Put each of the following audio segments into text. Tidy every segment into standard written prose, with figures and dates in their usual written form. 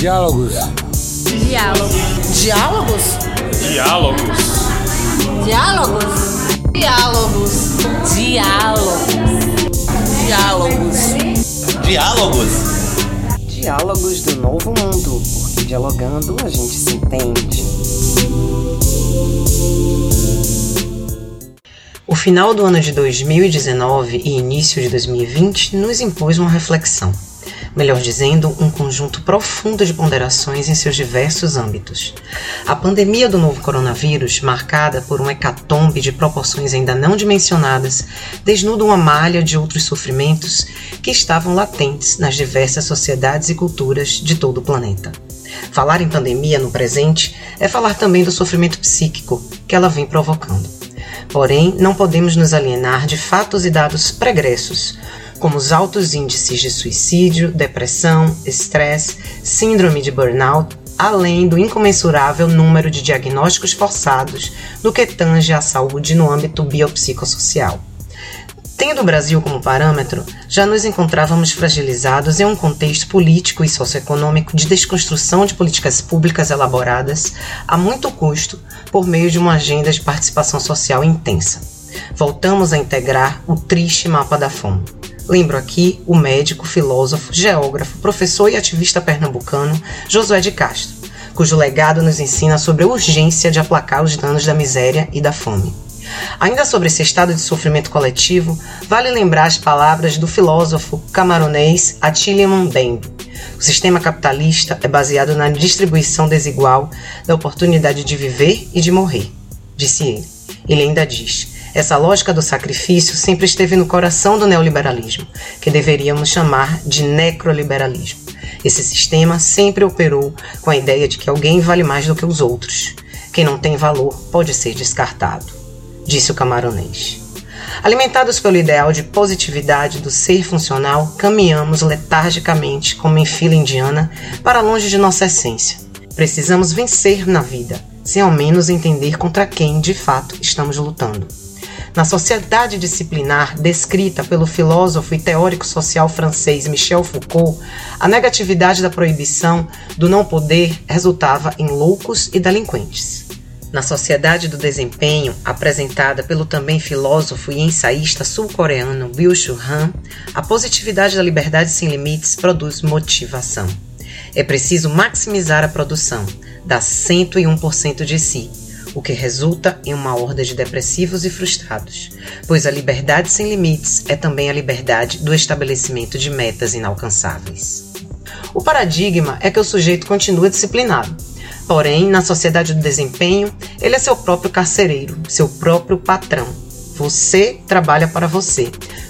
Diálogos. Diálogos. Diálogos? Diálogos. Diálogos. Diálogos. Diálogos. Diálogos. Diálogos do novo mundo, porque dialogando a gente se entende. O final do ano de 2019 e início de 2020 nos impôs uma reflexão. Melhor dizendo, um conjunto profundo de ponderações em seus diversos âmbitos. A pandemia do novo coronavírus, marcada por uma hecatombe de proporções ainda não dimensionadas, desnuda uma malha de outros sofrimentos que estavam latentes nas diversas sociedades e culturas de todo o planeta. Falar em pandemia no presente é falar também do sofrimento psíquico que ela vem provocando. Porém, não podemos nos alienar de fatos e dados pregressos, como os altos índices de suicídio, depressão, estresse, síndrome de burnout, além do incomensurável número de diagnósticos forçados no que tange à saúde no âmbito biopsicossocial. Tendo o Brasil como parâmetro, já nos encontrávamos fragilizados em um contexto político e socioeconômico de desconstrução de políticas públicas elaboradas a muito custo por meio de uma agenda de participação social intensa. Voltamos a integrar o triste mapa da fome. Lembro aqui o médico, filósofo, geógrafo, professor e ativista pernambucano Josué de Castro, cujo legado nos ensina sobre a urgência de aplacar os danos da miséria e da fome. Ainda sobre esse estado de sofrimento coletivo, vale lembrar as palavras do filósofo camaronês Attila Mbembe. O sistema capitalista é baseado na distribuição desigual da oportunidade de viver e de morrer, disse ele. Ele ainda diz: essa lógica do sacrifício sempre esteve no coração do neoliberalismo, que deveríamos chamar de necroliberalismo. Esse sistema sempre operou com a ideia de que alguém vale mais do que os outros. Quem não tem valor pode ser descartado, disse o camaronês. Alimentados pelo ideal de positividade do ser funcional, caminhamos letargicamente como em fila indiana para longe de nossa essência. Precisamos vencer na vida, sem ao menos entender contra quem, de fato, estamos lutando. Na sociedade disciplinar descrita pelo filósofo e teórico social francês Michel Foucault, a negatividade da proibição do não poder resultava em loucos e delinquentes. Na sociedade do desempenho, apresentada pelo também filósofo e ensaísta sul-coreano Byung-Chul Han, a positividade da liberdade sem limites produz motivação. É preciso maximizar a produção, dar 101% de si, o que resulta em uma horda de depressivos e frustrados, pois a liberdade sem limites é também a liberdade do estabelecimento de metas inalcançáveis. O paradigma é que o sujeito continua disciplinado, porém, na sociedade do desempenho, ele é seu próprio carcereiro, seu próprio patrão. Você trabalha para você,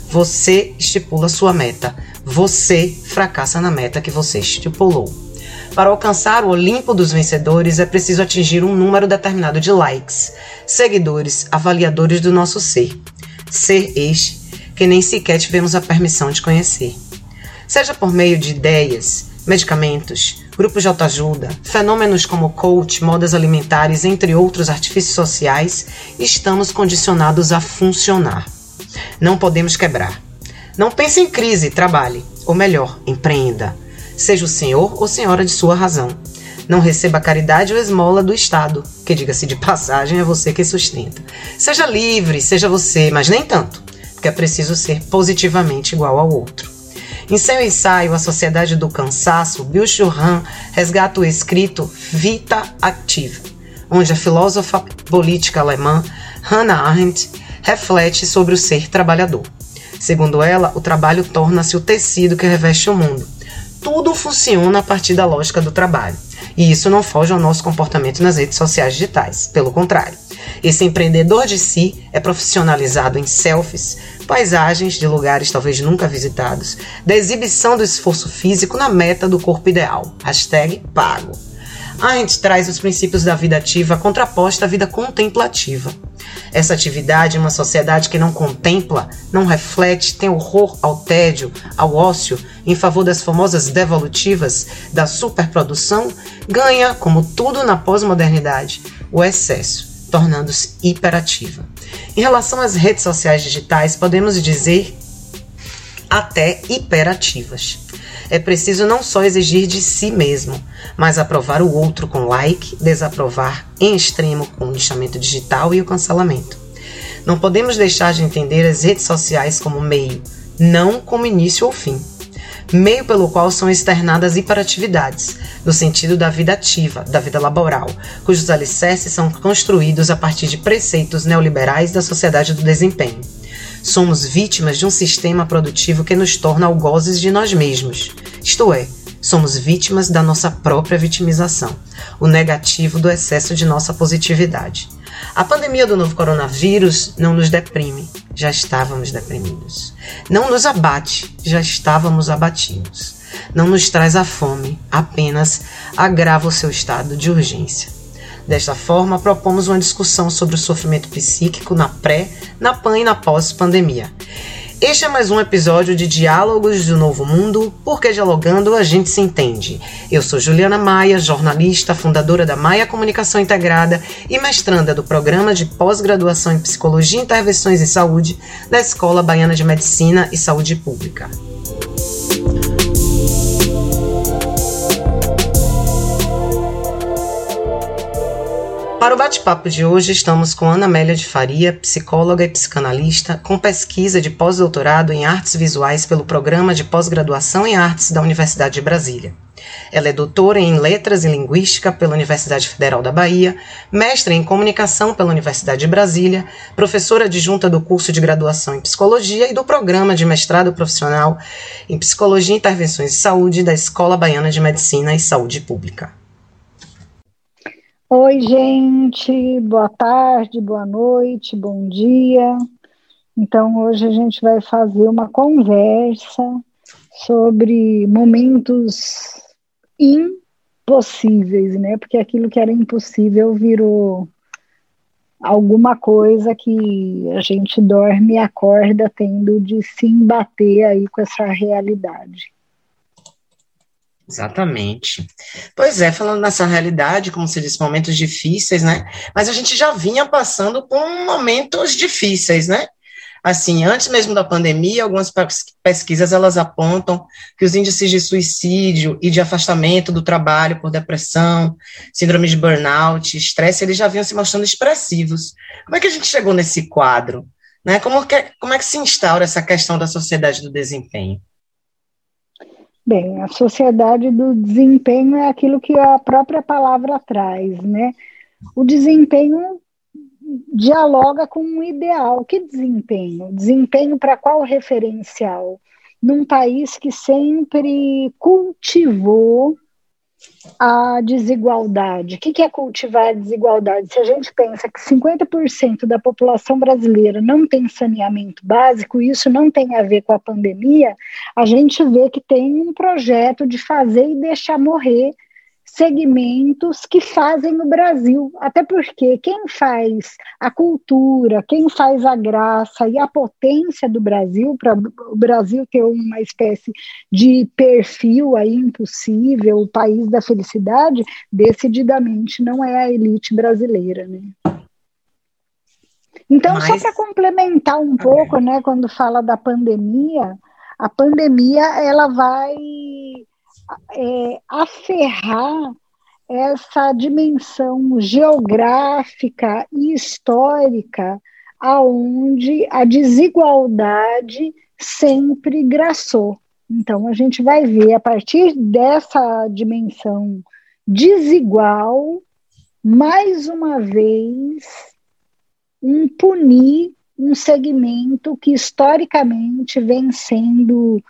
você estipula sua meta, você fracassa na meta que você estipulou. Para alcançar o Olimpo dos vencedores é preciso atingir um número determinado de likes, seguidores, avaliadores do nosso ser. Ser este que nem sequer tivemos a permissão de conhecer. Seja por meio de ideias, medicamentos, grupos de autoajuda, fenômenos como coach, modas alimentares, entre outros artifícios sociais, estamos condicionados a funcionar. Não podemos quebrar. Não pense em crise, trabalhe. Ou melhor, empreenda. Seja o senhor ou senhora de sua razão. Não receba caridade ou esmola do Estado, que, diga-se de passagem, é você que sustenta. Seja livre, seja você, mas nem tanto, porque é preciso ser positivamente igual ao outro. Em seu ensaio A Sociedade do Cansaço, Byung-Chul Han resgata o escrito Vita Activa, onde a filósofa política alemã Hannah Arendt reflete sobre o ser trabalhador. Segundo ela, o trabalho torna-se o tecido que reveste o mundo. Tudo funciona a partir da lógica do trabalho. E isso não foge ao nosso comportamento nas redes sociais digitais. Pelo contrário, esse empreendedor de si é profissionalizado em selfies, paisagens de lugares talvez nunca visitados, da exibição do esforço físico na meta do corpo ideal. #pago. A gente traz os princípios da vida ativa contraposta à vida contemplativa. Essa atividade em uma sociedade que não contempla, não reflete, tem horror ao tédio, ao ócio, em favor das famosas devolutivas, da superprodução, ganha, como tudo na pós-modernidade, o excesso, tornando-se hiperativa. Em relação às redes sociais digitais, podemos dizer até hiperativas. é preciso não só exigir de si mesmo, mas aprovar o outro com like, desaprovar em extremo com o lixamento digital e o cancelamento. Não podemos deixar de entender as redes sociais como meio, não como início ou fim. Meio pelo qual são externadas hiperatividades, no sentido da vida ativa, da vida laboral, cujos alicerces são construídos a partir de preceitos neoliberais da sociedade do desempenho. Somos vítimas de um sistema produtivo que nos torna algozes de nós mesmos, isto é, somos vítimas da nossa própria vitimização, o negativo do excesso de nossa positividade. A pandemia do novo coronavírus não nos deprime, já estávamos deprimidos. Não nos abate, já estávamos abatidos. Não nos traz a fome, apenas agrava o seu estado de urgência. Desta forma, propomos uma discussão sobre o sofrimento psíquico na pré, na pan e na pós-pandemia. Este é mais um episódio de Diálogos do Novo Mundo, porque dialogando a gente se entende. Eu sou Juliana Maia, jornalista, fundadora da Maia Comunicação Integrada e mestranda do Programa de Pós-Graduação em Psicologia e Intervenções em Saúde da Escola Baiana de Medicina e Saúde Pública. Para o bate-papo de hoje, estamos com Ana Amélia de Faria, psicóloga e psicanalista, com pesquisa de pós-doutorado em artes visuais pelo Programa de Pós-Graduação em Artes da Universidade de Brasília. Ela é doutora em Letras e Linguística pela Universidade Federal da Bahia, mestre em Comunicação pela Universidade de Brasília, professora adjunta do curso de graduação em Psicologia e do Programa de Mestrado Profissional em Psicologia e Intervenções em Saúde da Escola Baiana de Medicina e Saúde Pública. Oi, gente, boa tarde, boa noite, bom dia. Então, hoje a gente vai fazer uma conversa sobre momentos impossíveis, né? Porque aquilo que era impossível virou alguma coisa que a gente dorme e acorda tendo de se embater aí com essa realidade. Exatamente. Pois é, falando nessa realidade, como você disse, momentos difíceis, né? Mas a gente já vinha passando por momentos difíceis, né? Assim, antes mesmo da pandemia, algumas pesquisas elas apontam que os índices de suicídio e de afastamento do trabalho por depressão, síndrome de burnout, estresse, eles já vinham se mostrando expressivos. Como é que a gente chegou nesse quadro? Né? Como é que se instaura essa questão da sociedade do desempenho? Bem, a sociedade do desempenho é aquilo que a própria palavra traz, né? O desempenho dialoga com um ideal. Que desempenho? Desempenho para qual referencial? Num país que sempre cultivou a desigualdade. O que é cultivar a desigualdade? Se a gente pensa que 50% da população brasileira não tem saneamento básico, isso não tem a ver com a pandemia, a gente vê que tem um projeto de fazer e deixar morrer segmentos que fazem o Brasil, até porque quem faz a cultura, quem faz a graça e a potência do Brasil, para o Brasil ter uma espécie de perfil aí impossível, o país da felicidade, decididamente não é a elite brasileira, né? Então, só para complementar um pouco, né, quando fala da pandemia, a pandemia ela vai aferrar essa dimensão geográfica e histórica aonde a desigualdade sempre graçou. Então, a gente vai ver, a partir dessa dimensão desigual, mais uma vez, punir um segmento que historicamente vem sendo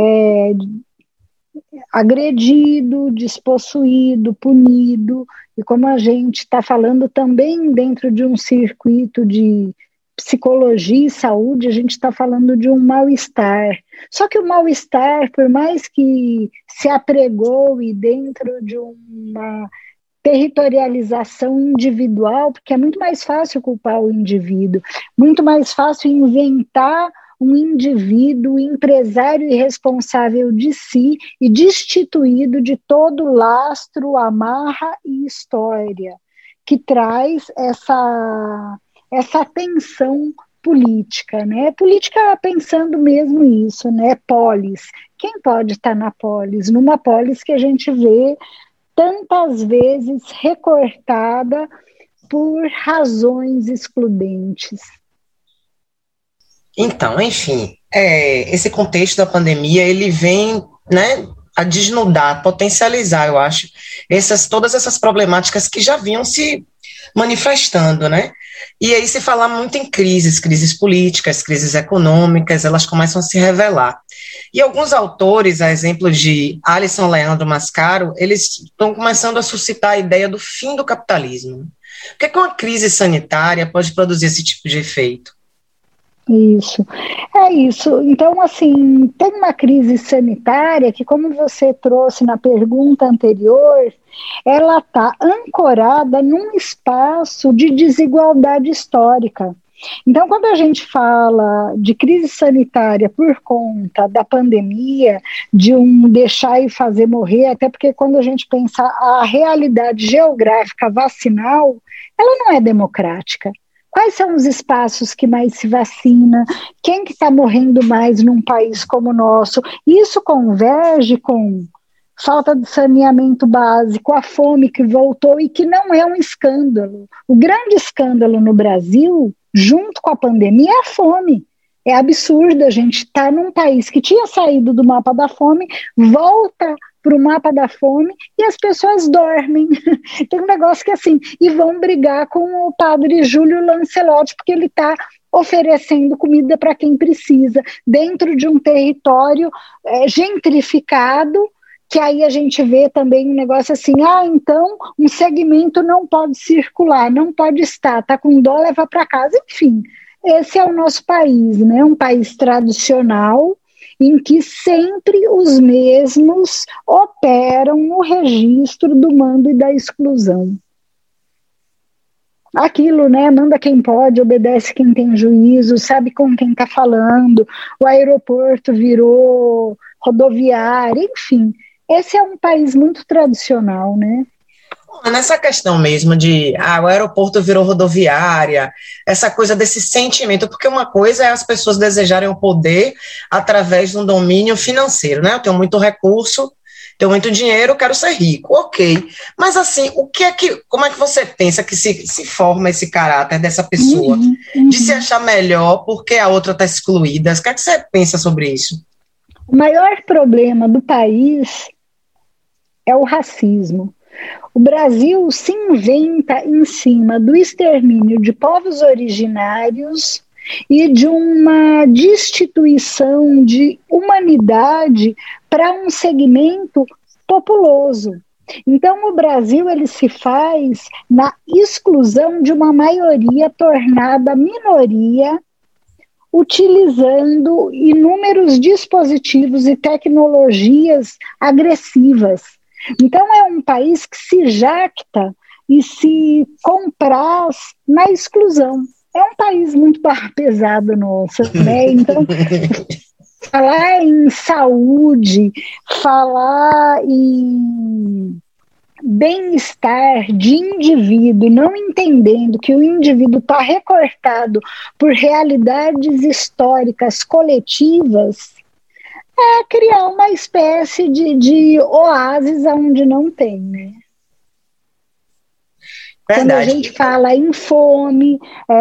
agredido, despossuído, punido, e como a gente está falando também dentro de um circuito de psicologia e saúde, a gente está falando de um mal-estar. Só que o mal-estar, por mais que se apregoe dentro de uma territorialização individual, porque é muito mais fácil culpar o indivíduo, muito mais fácil inventar um indivíduo empresário e responsável de si e destituído de todo lastro, amarra e história, que traz essa tensão política, né? Política pensando mesmo isso, né? Polis, Quem pode estar na polis? Numa polis que a gente vê tantas vezes recortada por razões excludentes. Então, enfim, esse contexto da pandemia, ele vem, né, a desnudar, potencializar, eu acho, todas essas problemáticas que já vinham se manifestando, né? E aí se fala muito em crises políticas, crises econômicas, elas começam a se revelar. E alguns autores, a exemplo de Alisson Leandro Mascaro, eles estão começando a suscitar a ideia do fim do capitalismo. O que é que uma crise sanitária pode produzir esse tipo de efeito? Isso, é isso. Então, assim, tem uma crise sanitária que, como você trouxe na pergunta anterior, ela está ancorada num espaço de desigualdade histórica. Então, quando a gente fala de crise sanitária por conta da pandemia, de um deixar e fazer morrer, até porque quando a gente pensa a realidade geográfica vacinal, ela não é democrática. Quais são os espaços que mais se vacina? Quem que está morrendo mais num país como o nosso? Isso converge com falta de saneamento básico, a fome que voltou e que não é um escândalo. O grande escândalo no Brasil, junto com a pandemia, é a fome. É absurdo a gente estar num país que tinha saído do mapa da fome, volta para o mapa da fome e as pessoas dormem. Tem um negócio que é assim, e vão brigar com o padre Júlio Lancelotti, porque ele está oferecendo comida para quem precisa, dentro de um território gentrificado, que aí a gente vê também um negócio assim, então um segmento não pode circular, não pode estar, está com dó, leva para casa, enfim. Esse é o nosso país, né? Um país tradicional, em que sempre os mesmos operam no registro do mando e da exclusão. Aquilo, né? Manda quem pode, obedece quem tem juízo, sabe com quem está falando, o aeroporto virou rodoviária, enfim. Esse é um país muito tradicional, né? Nessa questão mesmo de o aeroporto virou rodoviária, essa coisa desse sentimento, porque uma coisa é as pessoas desejarem o poder através de um domínio financeiro, né? Eu tenho muito recurso, tenho muito dinheiro, quero ser rico, ok. Mas assim, como é que você pensa que se forma esse caráter dessa pessoa de se achar melhor porque a outra está excluída? O que é que você pensa sobre isso? O maior problema do país é o racismo. O Brasil se inventa em cima do extermínio de povos originários e de uma destituição de humanidade para um segmento populoso. Então, o Brasil ele se faz na exclusão de uma maioria tornada minoria, utilizando inúmeros dispositivos e tecnologias agressivas. Então, é um país que se jacta e se compraz na exclusão. É um país muito barra pesada nossa, né? Então, falar em saúde, falar em bem-estar de indivíduo, não entendendo que o indivíduo está recortado por realidades históricas coletivas, é criar uma espécie de oásis onde não tem, né? Verdade. Quando a gente fala em fome,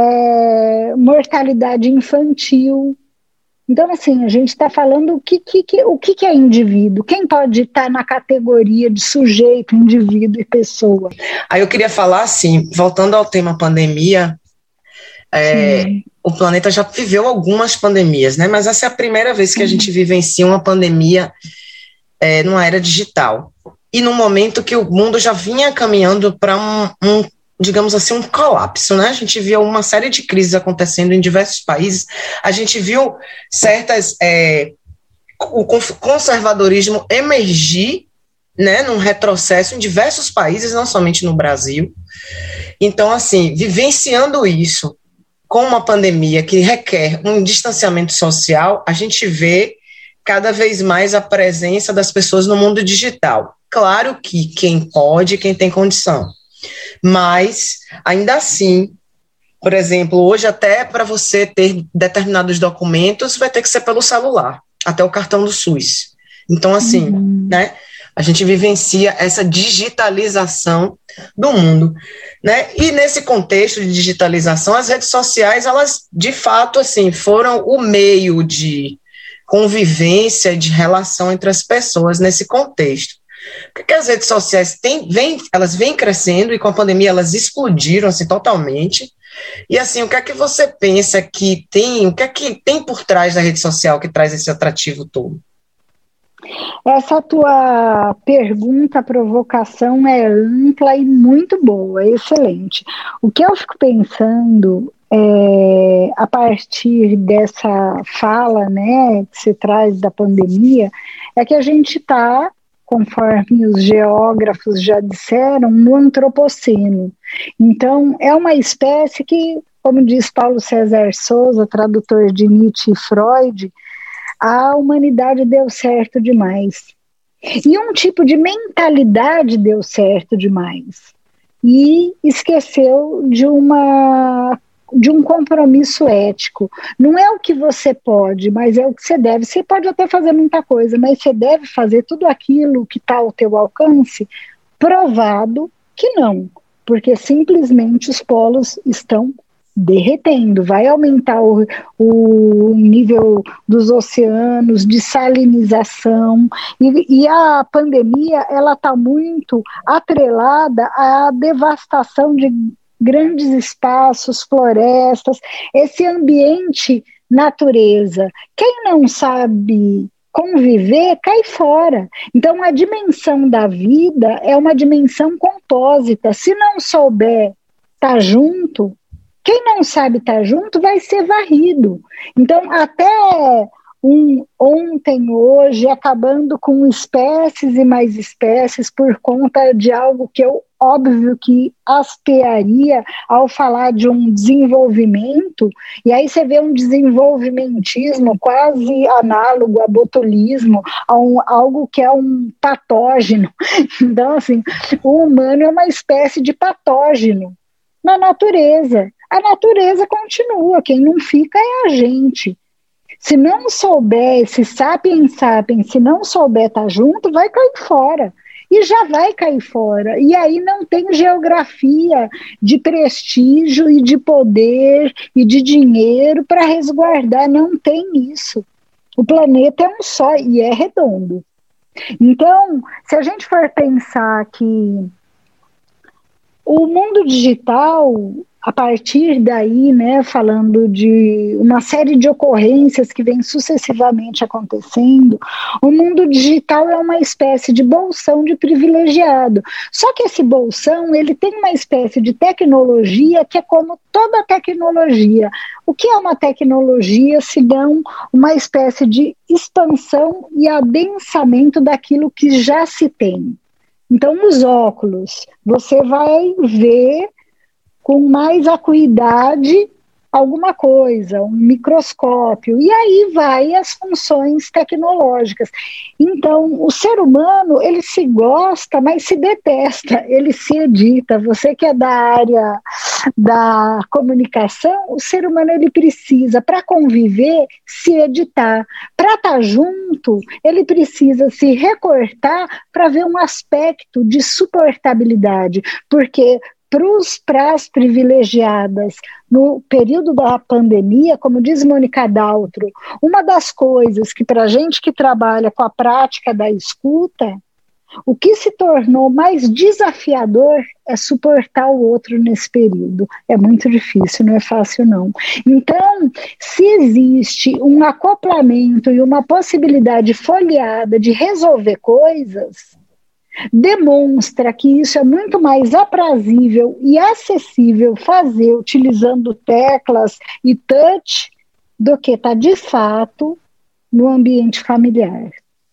mortalidade infantil. Então, assim, a gente está falando o que é indivíduo, quem pode estar na categoria de sujeito, indivíduo e pessoa. Aí eu queria falar, assim, voltando ao tema pandemia, o planeta já viveu algumas pandemias, né? Mas essa é a primeira vez que a gente vivencia uma pandemia numa era digital. E num momento que o mundo já vinha caminhando para digamos assim, um colapso, né? A gente viu uma série de crises acontecendo em diversos países. A gente viu o conservadorismo emergir, né, num retrocesso em diversos países, não somente no Brasil. Então, assim, vivenciando isso com uma pandemia que requer um distanciamento social, a gente vê cada vez mais a presença das pessoas no mundo digital. Claro que quem pode, quem tem condição. Mas, ainda assim, por exemplo, hoje até para você ter determinados documentos vai ter que ser pelo celular, até o cartão do SUS. Então, assim, né, a gente vivencia essa digitalização do mundo, né? E nesse contexto de digitalização, as redes sociais, elas, de fato, assim, foram o meio de convivência, de relação entre as pessoas nesse contexto. Porque as redes sociais elas vêm crescendo e com a pandemia elas explodiram assim, totalmente. E assim, o que é que você pensa que tem, o que é que tem por trás da rede social que traz esse atrativo todo? Essa tua pergunta, provocação é ampla e muito boa, excelente. O que eu fico pensando a partir dessa fala, né, que se traz da pandemia, é que a gente está, conforme os geógrafos já disseram, no antropoceno. Então, é uma espécie que, como diz Paulo César Souza, tradutor de Nietzsche e Freud, a humanidade deu certo demais. E um tipo de mentalidade deu certo demais. E esqueceu de um compromisso ético. Não é o que você pode, mas é o que você deve. Você pode até fazer muita coisa, mas você deve fazer tudo aquilo que está ao teu alcance, provado que não, porque simplesmente os polos estão derretendo, vai aumentar o nível dos oceanos, de salinização, e a pandemia ela está muito atrelada à devastação de grandes espaços, florestas, esse ambiente natureza. Quem não sabe conviver, cai fora. Então, a dimensão da vida é uma dimensão compósita. Se não souber estar junto, quem não sabe estar junto vai ser varrido. Então, até ontem, hoje, acabando com espécies e mais espécies por conta de algo que eu, óbvio, que aspearia ao falar de um desenvolvimento, e aí você vê um desenvolvimentismo quase análogo a botulismo, a algo que é um patógeno. Então, assim, o humano é uma espécie de patógeno na natureza. A natureza continua, quem não fica é a gente. Se não souber, se sapiens, se não souber estar junto, vai cair fora. E já vai cair fora. E aí não tem geografia de prestígio e de poder e de dinheiro para resguardar, não tem isso. O planeta é um só e é redondo. Então, se a gente for pensar que o mundo digital, a partir daí, né, falando de uma série de ocorrências que vem sucessivamente acontecendo, o mundo digital é uma espécie de bolsão de privilegiado. Só que esse bolsão, ele tem uma espécie de tecnologia que é como toda tecnologia. O que é uma tecnologia se não uma espécie de expansão e adensamento daquilo que já se tem? Então, os óculos, você vai ver com mais acuidade alguma coisa, um microscópio, e aí vai as funções tecnológicas. Então, o ser humano, ele se gosta, mas se detesta, ele se edita. Você que é da área da comunicação, o ser humano, ele precisa, para conviver, se editar. Para estar junto, ele precisa se recortar para ver um aspecto de suportabilidade, porque para as privilegiadas, no período da pandemia, como diz Mônica Daltro, uma das coisas que para a gente que trabalha com a prática da escuta, o que se tornou mais desafiador é suportar o outro nesse período. É muito difícil, não é fácil não. Então, se existe um acoplamento e uma possibilidade folheada de resolver coisas, demonstra que isso é muito mais aprazível e acessível fazer utilizando teclas e touch do que estar de fato no ambiente familiar.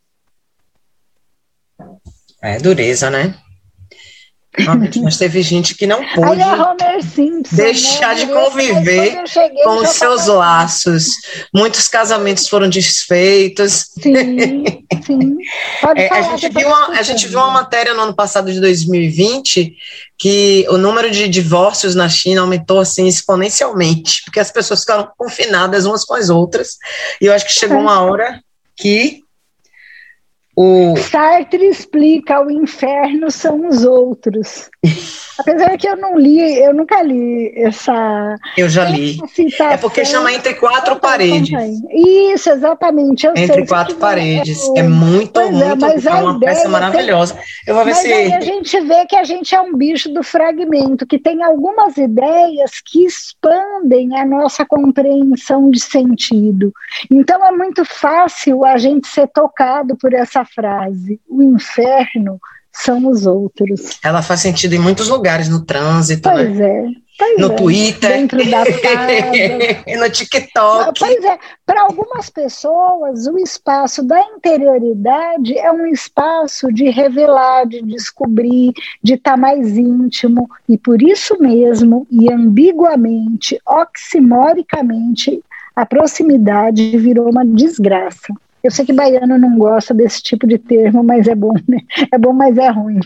É dureza, né? Mas teve gente que não pôde deixar de conviver com os seus laços. Muitos casamentos foram desfeitos. Sim, sim. A gente viu uma matéria no ano passado de 2020 que o número de divórcios na China aumentou assim exponencialmente, porque as pessoas ficaram confinadas umas com as outras. E eu acho que chegou uma hora que Sartre explica: o inferno são os outros. Apesar que eu nunca li essa. Eu já li. Citação. É porque chama Entre Quatro Paredes. Isso, exatamente. Entre Quatro Paredes. É muito, mas é uma peça maravilhosa. Eu vou ver se. Aí a gente vê que a gente é um bicho do fragmento, que tem algumas ideias que expandem a nossa compreensão de sentido. Então é muito fácil a gente ser tocado por essa frase: o inferno são os outros. Ela faz sentido em muitos lugares, no trânsito, pois né? No Twitter, dentro da casa. E no TikTok. Pois é, para algumas pessoas, o espaço da interioridade é um espaço de revelar, de descobrir, de estar mais íntimo, e por isso mesmo, e ambiguamente, oximoricamente, a proximidade virou uma desgraça. Eu sei que baiano não gosta desse tipo de termo, mas é bom, né? É bom, mas é ruim.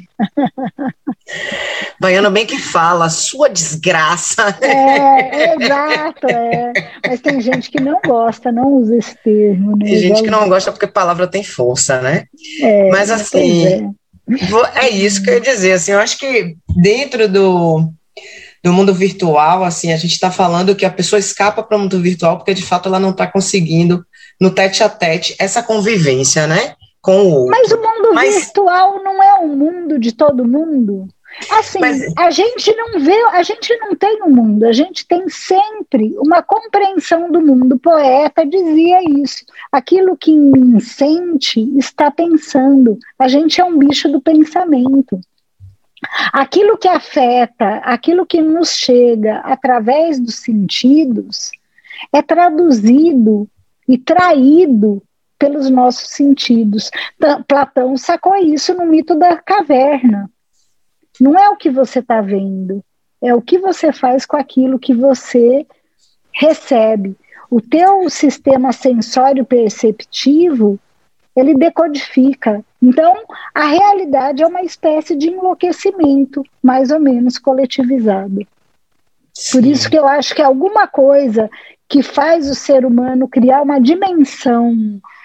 Baiano bem que fala, sua desgraça. Exato. Mas tem gente que não gosta, não usa esse termo. Né? Tem gente que não gosta porque a palavra tem força, né? Mas assim, é isso que eu ia dizer. Assim, eu acho que dentro do mundo virtual, assim, a gente está falando que a pessoa escapa para o mundo virtual porque de fato ela não está conseguindo no tete-a-tete essa convivência, né, com o outro. Mas o mundo virtual não é o mundo de todo mundo. Assim, a gente não tem um mundo, a gente tem sempre uma compreensão do mundo. O poeta dizia isso: aquilo que em mim sente está pensando. A gente é um bicho do pensamento. Aquilo que afeta, aquilo que nos chega através dos sentidos é traduzido e traído pelos nossos sentidos. Platão sacou isso no mito da caverna. Não é o que você está vendo, é o que você faz com aquilo que você recebe. O teu sistema sensório-perceptivo, ele decodifica. Então, a realidade é uma espécie de enlouquecimento, mais ou menos coletivizado. Sim. Por isso que eu acho que alguma coisa que faz o ser humano criar uma dimensão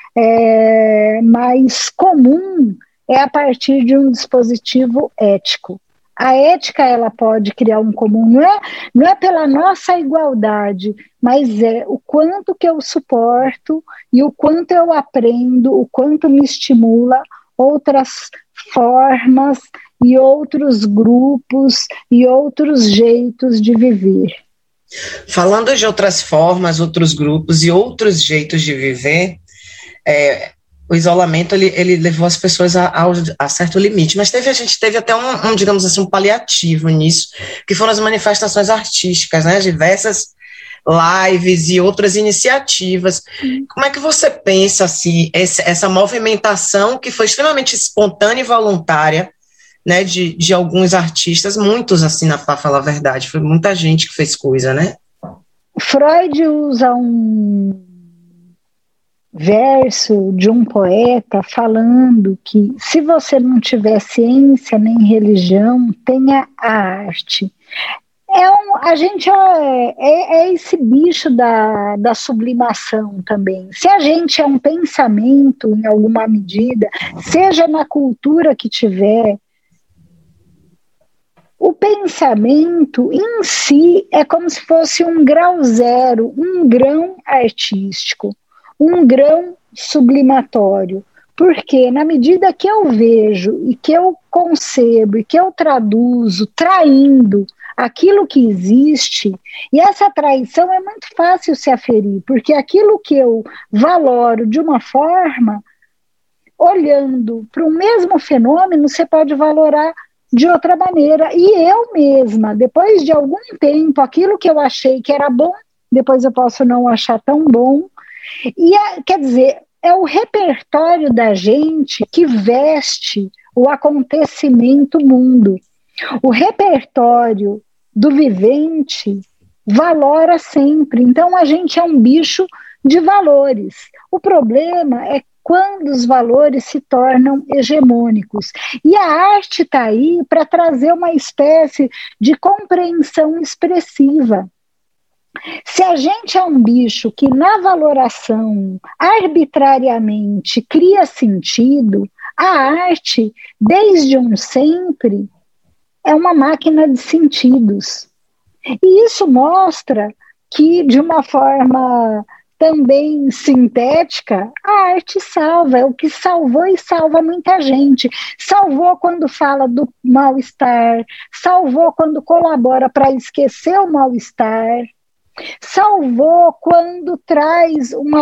mais comum é a partir de um dispositivo ético. A ética, ela pode criar um comum, não é pela nossa igualdade, mas é o quanto que eu suporto e o quanto eu aprendo, o quanto me estimula outras formas e outros grupos e outros jeitos de viver. Falando de outras formas, outros grupos e outros jeitos de viver, o isolamento ele levou as pessoas a certo limite, mas a gente teve até digamos assim, um paliativo nisso, que foram as manifestações artísticas, né, diversas lives e outras iniciativas. Como é que você pensa assim, essa movimentação que foi extremamente espontânea e voluntária, né, de alguns artistas, muitos assim, para falar a verdade, foi muita gente que fez coisa, né? Freud usa um verso de um poeta falando que se você não tiver ciência nem religião, tenha a arte. A gente é esse bicho da sublimação também. Se a gente é um pensamento em alguma medida, seja na cultura que tiver, o pensamento em si é como se fosse um grau zero, um grão artístico, um grão sublimatório, porque na medida que eu vejo e que eu concebo e que eu traduzo, traindo aquilo que existe, e essa traição é muito fácil se aferir, porque aquilo que eu valoro de uma forma, olhando para o mesmo fenômeno, você pode valorar de outra maneira, e eu mesma, depois de algum tempo, aquilo que eu achei que era bom, depois eu posso não achar tão bom. E quer dizer, é o repertório da gente que veste o acontecimento mundo. O repertório do vivente valora sempre. Então a gente é um bicho de valores. O problema é quando os valores se tornam hegemônicos. E a arte está aí para trazer uma espécie de compreensão expressiva. Se a gente é um bicho que na valoração arbitrariamente cria sentido, A arte, desde um sempre, é uma máquina de sentidos. E isso mostra que, de uma forma também sintética, a arte salva, é o que salvou e salva muita gente. Salvou quando fala do mal-estar, salvou quando colabora para esquecer o mal-estar, salvou quando traz uma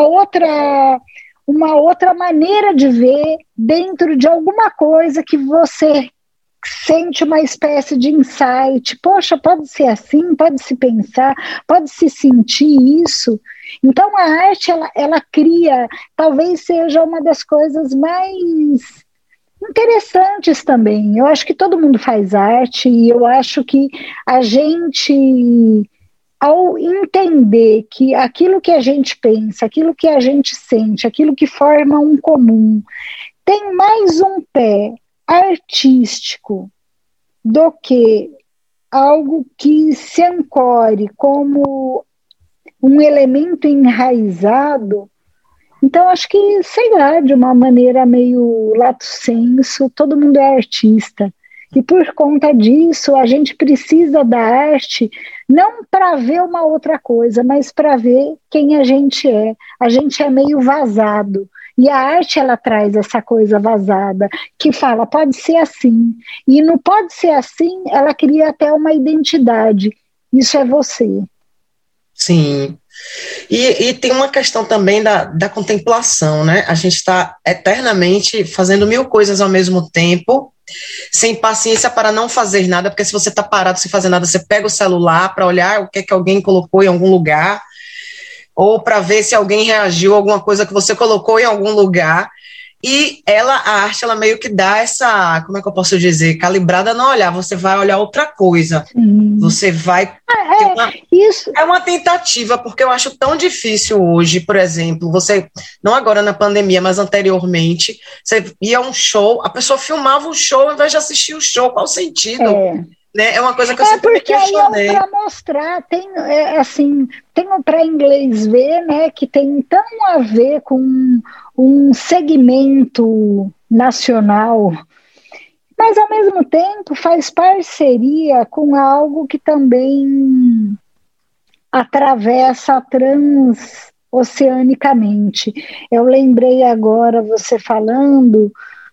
outra maneira de ver dentro de alguma coisa que você sente uma espécie de insight. Poxa, pode ser assim, pode se pensar, pode se sentir isso. Então a arte, ela cria, talvez seja uma das coisas mais interessantes também. Eu acho que todo mundo faz arte e eu acho que a gente, ao entender que aquilo que a gente pensa, aquilo que a gente sente, aquilo que forma um comum, tem mais um pé artístico do que algo que se ancore como um elemento enraizado. Então, acho que, sei lá, de uma maneira meio lato sensu, todo mundo é artista. E por conta disso, a gente precisa da arte não para ver uma outra coisa, mas para ver quem a gente é. A gente é meio vazado. E a arte, ela traz essa coisa vazada, que fala, pode ser assim. E no pode ser assim, ela cria até uma identidade. Isso é você. Sim. E tem uma questão também da contemplação, né? A gente está eternamente fazendo mil coisas ao mesmo tempo, sem paciência para não fazer nada, porque se você está parado sem fazer nada, você pega o celular para olhar o que é que alguém colocou em algum lugar, ou para ver se alguém reagiu a alguma coisa que você colocou em algum lugar. E a arte, ela meio que dá essa, como é que eu posso dizer, calibrada no olhar, você vai olhar outra coisa, você vai... Isso. É uma tentativa, porque eu acho tão difícil hoje, por exemplo, você, não agora na pandemia, mas anteriormente, você ia a um show, a pessoa filmava o show ao invés de assistir o show, qual o sentido? Né? É uma coisa que eu sempre me questionei. Para mostrar, tem para inglês ver, né, que tem tão a ver com um segmento nacional, mas ao mesmo tempo faz parceria com algo que também atravessa transoceanicamente. Eu lembrei agora, você falando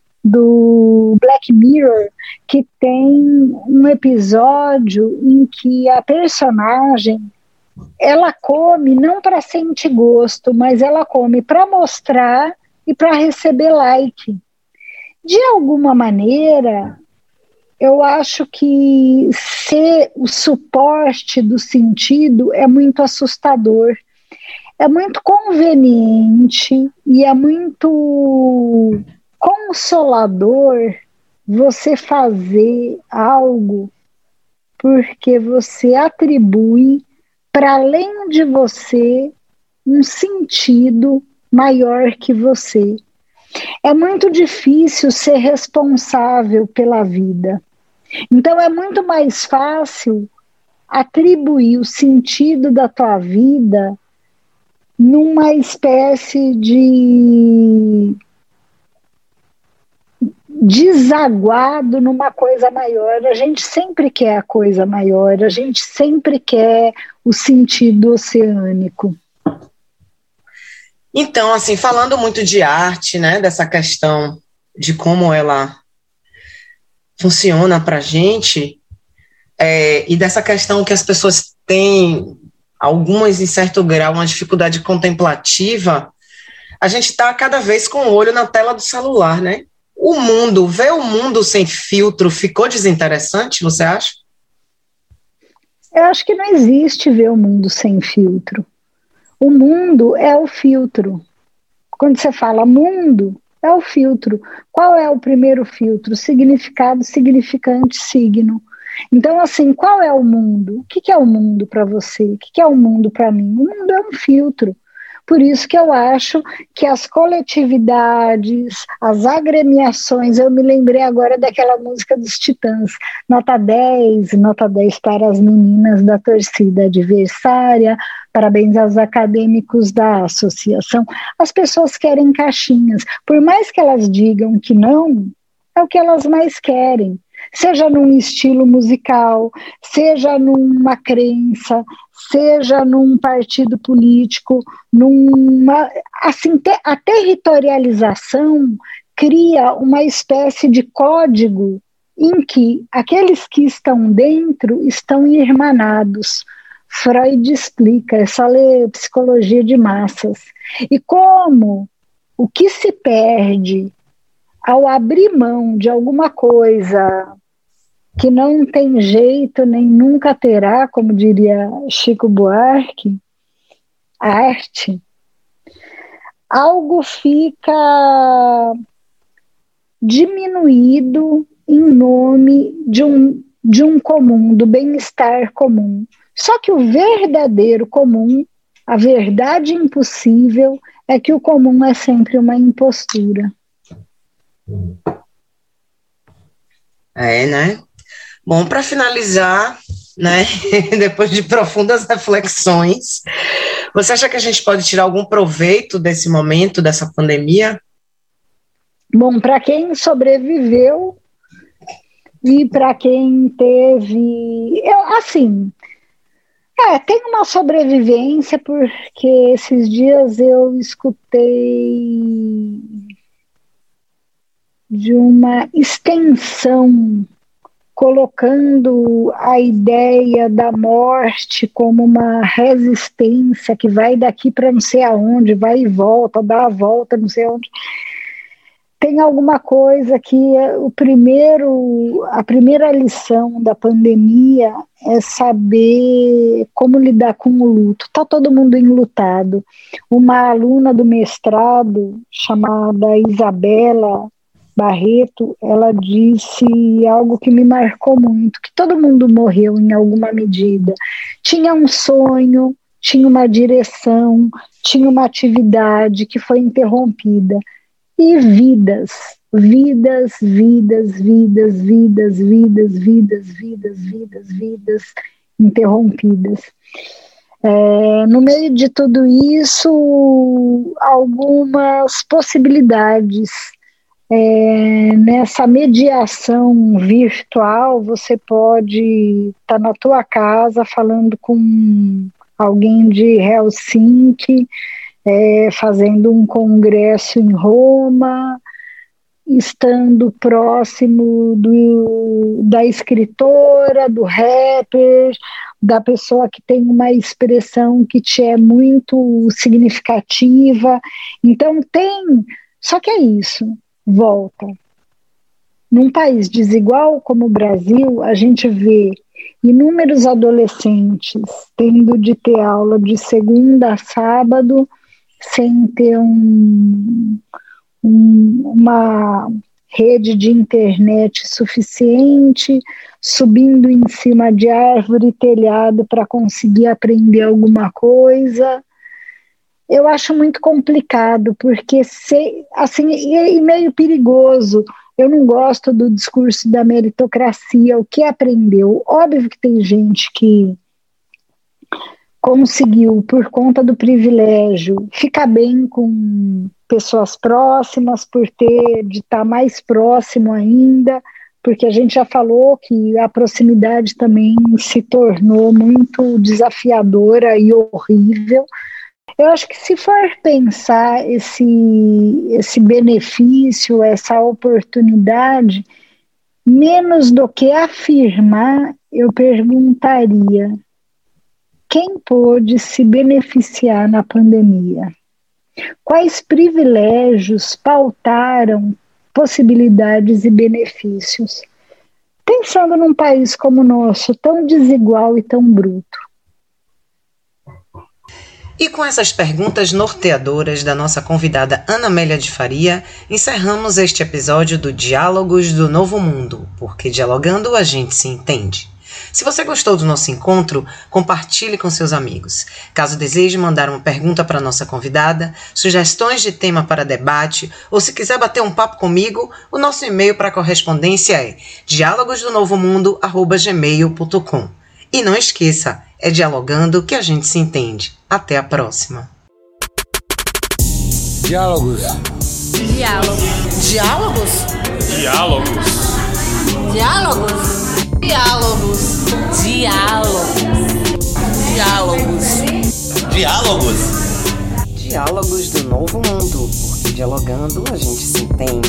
do Black Mirror, que tem um episódio em que a personagem, ela come não para sentir gosto, mas ela come para mostrar e para receber like. De alguma maneira, eu acho que ser o suporte do sentido é muito assustador, é muito conveniente e é muito consolador você fazer algo porque você atribui para além de você um sentido maior que você. É muito difícil ser responsável pela vida. Então é muito mais fácil atribuir o sentido da tua vida numa espécie de desaguado numa coisa maior. A gente sempre quer a coisa maior, a gente sempre quer o sentido oceânico. Então, assim, falando muito de arte, né, dessa questão de como ela funciona para a gente, e dessa questão que as pessoas têm, algumas em certo grau, uma dificuldade contemplativa, a gente está cada vez com o olho na tela do celular, né? Ver o mundo sem filtro ficou desinteressante, você acha? Eu acho que não existe ver o mundo sem filtro. O mundo é o filtro. Quando você fala mundo, é o filtro. Qual é o primeiro filtro? Significado, significante, signo. Então, assim, qual é o mundo? O que é o mundo para você? O que é o mundo para mim? O mundo é um filtro. Por isso que eu acho que as coletividades, as agremiações, eu me lembrei agora daquela música dos Titãs, nota 10 para as meninas da torcida adversária, parabéns aos acadêmicos da associação. As pessoas querem caixinhas, por mais que elas digam que não, é o que elas mais querem. Seja num estilo musical, seja numa crença, seja num partido político, a territorialização cria uma espécie de código em que aqueles que estão dentro estão irmanados. Freud explica, essa lei psicologia de massas. E como o que se perde ao abrir mão de alguma coisa que não tem jeito nem nunca terá, como diria Chico Buarque, arte, algo fica diminuído em nome de um comum, do bem-estar comum. Só que o verdadeiro comum, a verdade impossível, é que o comum é sempre uma impostura. Né? Bom, para finalizar, né, depois de profundas reflexões, você acha que a gente pode tirar algum proveito desse momento, dessa pandemia? Bom, para quem sobreviveu e para quem teve... tem uma sobrevivência, porque esses dias eu escutei de uma extensão colocando a ideia da morte como uma resistência que vai daqui para não sei aonde, vai e volta, dá a volta, não sei aonde. Tem alguma coisa que a primeira lição da pandemia é saber como lidar com o luto. Está todo mundo enlutado. Uma aluna do mestrado, chamada Isabela Barreto, ela disse algo que me marcou muito, que todo mundo morreu em alguma medida. Tinha um sonho, tinha uma direção, tinha uma atividade que foi interrompida. E vidas interrompidas. No meio de tudo isso, algumas possibilidades. Nessa mediação virtual, você pode estar na tua casa falando com alguém de Helsinki, fazendo um congresso em Roma, estando próximo da escritora, do rapper, da pessoa que tem uma expressão que te é muito significativa. Então só que é isso, volta. Num país desigual como o Brasil, a gente vê inúmeros adolescentes tendo de ter aula de segunda a sábado, sem ter uma rede de internet suficiente, subindo em cima de árvore e telhado para conseguir aprender alguma coisa. Eu acho muito complicado, porque e meio perigoso. Eu não gosto do discurso da meritocracia, o que aprendeu. Óbvio que tem gente que conseguiu, por conta do privilégio, ficar bem com pessoas próximas, de estar mais próximo ainda, porque a gente já falou que a proximidade também se tornou muito desafiadora e horrível. Eu acho que se for pensar esse benefício, essa oportunidade, menos do que afirmar, eu perguntaria: quem pôde se beneficiar na pandemia? Quais privilégios pautaram possibilidades e benefícios? Pensando num país como o nosso, tão desigual e tão bruto. E com essas perguntas norteadoras da nossa convidada Ana Amélia de Faria, encerramos este episódio do Diálogos do Novo Mundo, porque dialogando a gente se entende. Se você gostou do nosso encontro, compartilhe com seus amigos. Caso deseje mandar uma pergunta para nossa convidada, sugestões de tema para debate ou se quiser bater um papo comigo, o nosso e-mail para correspondência é dialogosdonovomundo@gmail.com. E não esqueça, é dialogando que a gente se entende. Até a próxima. Diálogos. Diálogos. Diálogos? Diálogos. Diálogos? Diálogos. Diálogos. Diálogos. Diálogos do Novo Mundo, porque dialogando a gente se entende.